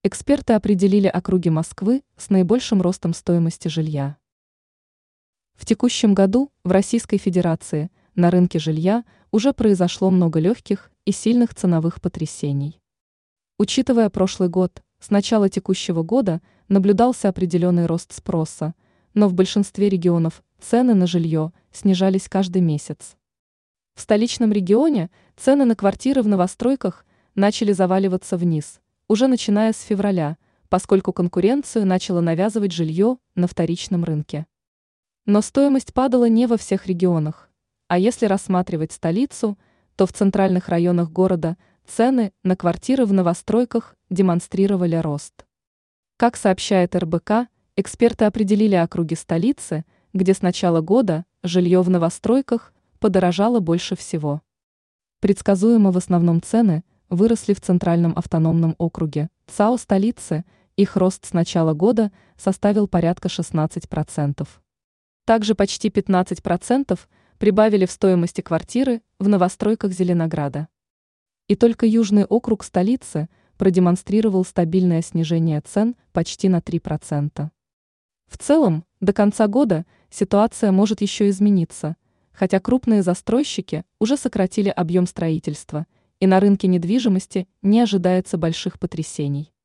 Эксперты определили округи Москвы с наибольшим ростом стоимости жилья. В текущем году в Российской Федерации на рынке жилья уже произошло много легких и сильных ценовых потрясений. Учитывая прошлый год, с начала текущего года наблюдался определенный рост спроса, но в большинстве регионов цены на жилье снижались каждый месяц. В столичном регионе цены на квартиры в новостройках начали заваливаться вниз, уже начиная с февраля, поскольку конкуренцию начало навязывать жилье на вторичном рынке. Но стоимость падала не во всех регионах, а если рассматривать столицу, то в центральных районах города цены на квартиры в новостройках демонстрировали рост. Как сообщает РБК, эксперты определили округи столицы, где с начала года жилье в новостройках подорожало больше всего. Предсказуемо в основном цены выросли в Центральном автономном округе, ЦАО столицы, их рост с начала года составил порядка 16%. Также почти 15% прибавили в стоимости квартиры в новостройках Зеленограда. И только Южный округ столицы продемонстрировал стабильное снижение цен почти на 3%. В целом, до конца года ситуация может еще измениться, хотя крупные застройщики уже сократили объем строительства, и на рынке недвижимости не ожидается больших потрясений.